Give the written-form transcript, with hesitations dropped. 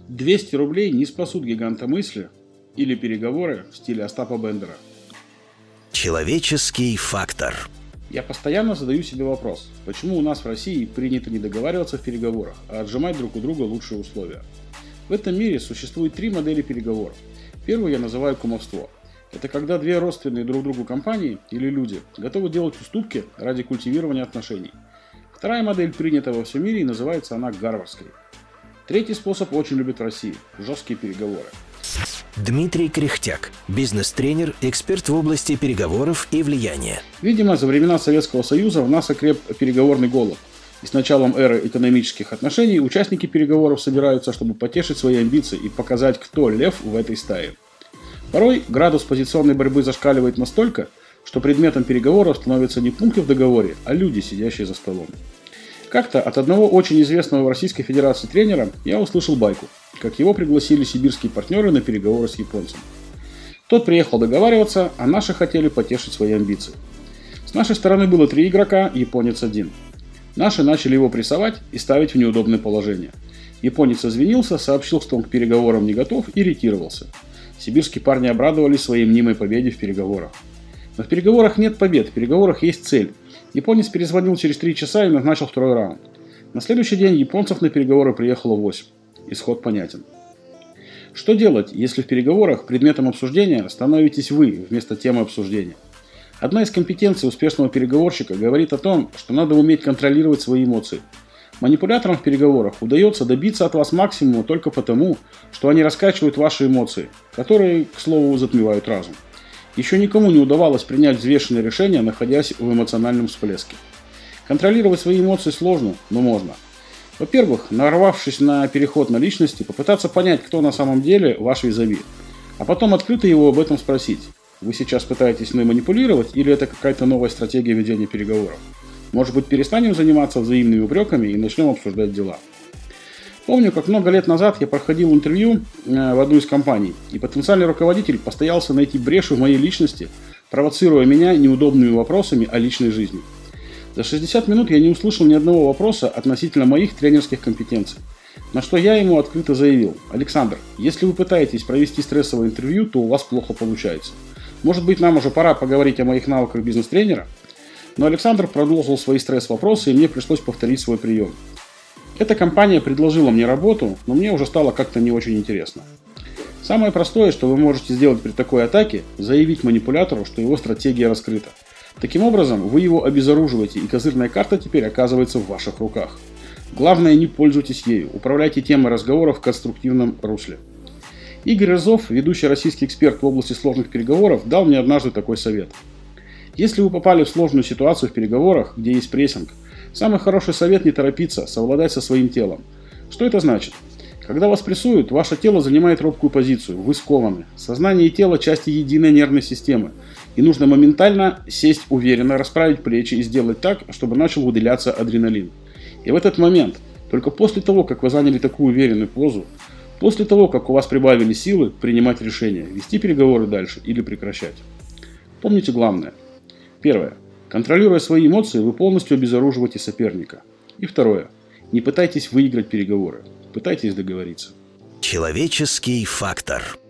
200 рублей не спасут гиганта мысли или переговоры в стиле Остапа Бендера. Человеческий фактор. Я постоянно задаю себе вопрос, почему у нас в России принято не договариваться в переговорах, а отжимать друг у друга лучшие условия. В этом мире существует 3 модели переговоров. Первую я называю кумовство. Это когда 2 родственные друг другу компании или люди готовы делать уступки ради культивирования отношений. Вторая модель принята во всем мире и называется она гарвардской. Третий способ очень любят в России – жесткие переговоры. Дмитрий Кряхтяк, бизнес-тренер, эксперт в области переговоров и влияния. Видимо, за времена Советского Союза в нас окреп переговорный голод. И с началом эры экономических отношений участники переговоров собираются, чтобы потешить свои амбиции и показать, кто лев в этой стае. Порой градус позиционной борьбы зашкаливает настолько, что предметом переговоров становятся не пункты в договоре, а люди, сидящие за столом. Как-то от одного очень известного в Российской Федерации тренера я услышал байку, как его пригласили сибирские партнеры на переговоры с японцем. Тот приехал договариваться, а наши хотели потешить свои амбиции. С нашей стороны было 3 игрока, японец 1. Наши начали его прессовать и ставить в неудобное положение. Японец извинился, сообщил, что он к переговорам не готов и ретировался. Сибирские парни обрадовались своей мнимой победе в переговорах. Но в переговорах нет побед, в переговорах есть цель. Японец перезвонил через 3 часа и назначил 2-й раунд. На следующий день японцев на переговоры приехало 8. Исход понятен. Что делать, если в переговорах предметом обсуждения становитесь вы вместо темы обсуждения? Одна из компетенций успешного переговорщика говорит о том, что надо уметь контролировать свои эмоции. Манипуляторам в переговорах удается добиться от вас максимума только потому, что они раскачивают ваши эмоции, которые, к слову, затмевают разум. Еще никому не удавалось принять взвешенное решение, находясь в эмоциональном всплеске. Контролировать свои эмоции сложно, но можно. Во-первых, нарвавшись на переход на личности, попытаться понять, кто на самом деле ваш визави, а потом открыто его об этом спросить. Вы сейчас пытаетесь мной манипулировать или это какая-то новая стратегия ведения переговоров? Может быть, перестанем заниматься взаимными упреками и начнем обсуждать дела? Помню, как много лет назад я проходил интервью в одну из компаний, и потенциальный руководитель постоялся найти брешь в моей личности, провоцируя меня неудобными вопросами о личной жизни. За 60 минут я не услышал ни одного вопроса относительно моих тренерских компетенций. На что я ему открыто заявил: Александр, если вы пытаетесь провести стрессовое интервью, то у вас плохо получается. Может быть, нам уже пора поговорить о моих навыках бизнес-тренера? Но Александр продолжил свои стресс-вопросы, и мне пришлось повторить свой прием. Эта компания предложила мне работу, но мне уже стало как-то не очень интересно. Самое простое, что вы можете сделать при такой атаке, заявить манипулятору, что его стратегия раскрыта. Таким образом, вы его обезоруживаете, и козырная карта теперь оказывается в ваших руках. Главное, не пользуйтесь ею, управляйте темой разговоров в конструктивном русле. Игорь Рызов, ведущий российский эксперт в области сложных переговоров, дал мне однажды такой совет. Если вы попали в сложную ситуацию в переговорах, где есть прессинг, самый хороший совет — не торопиться, совладать со своим телом. Что это значит? Когда вас прессуют, ваше тело занимает робкую позицию, вы скованы. Сознание и тело — части единой нервной системы. И нужно моментально сесть уверенно, расправить плечи и сделать так, чтобы начал выделяться адреналин. И в этот момент, только после того, как вы заняли такую уверенную позу, после того, как у вас прибавили силы, принимать решение, вести переговоры дальше или прекращать. Помните главное. Первое. Контролируя свои эмоции, вы полностью обезоруживаете соперника. И второе. Не пытайтесь выиграть переговоры. Пытайтесь договориться. Человеческий фактор.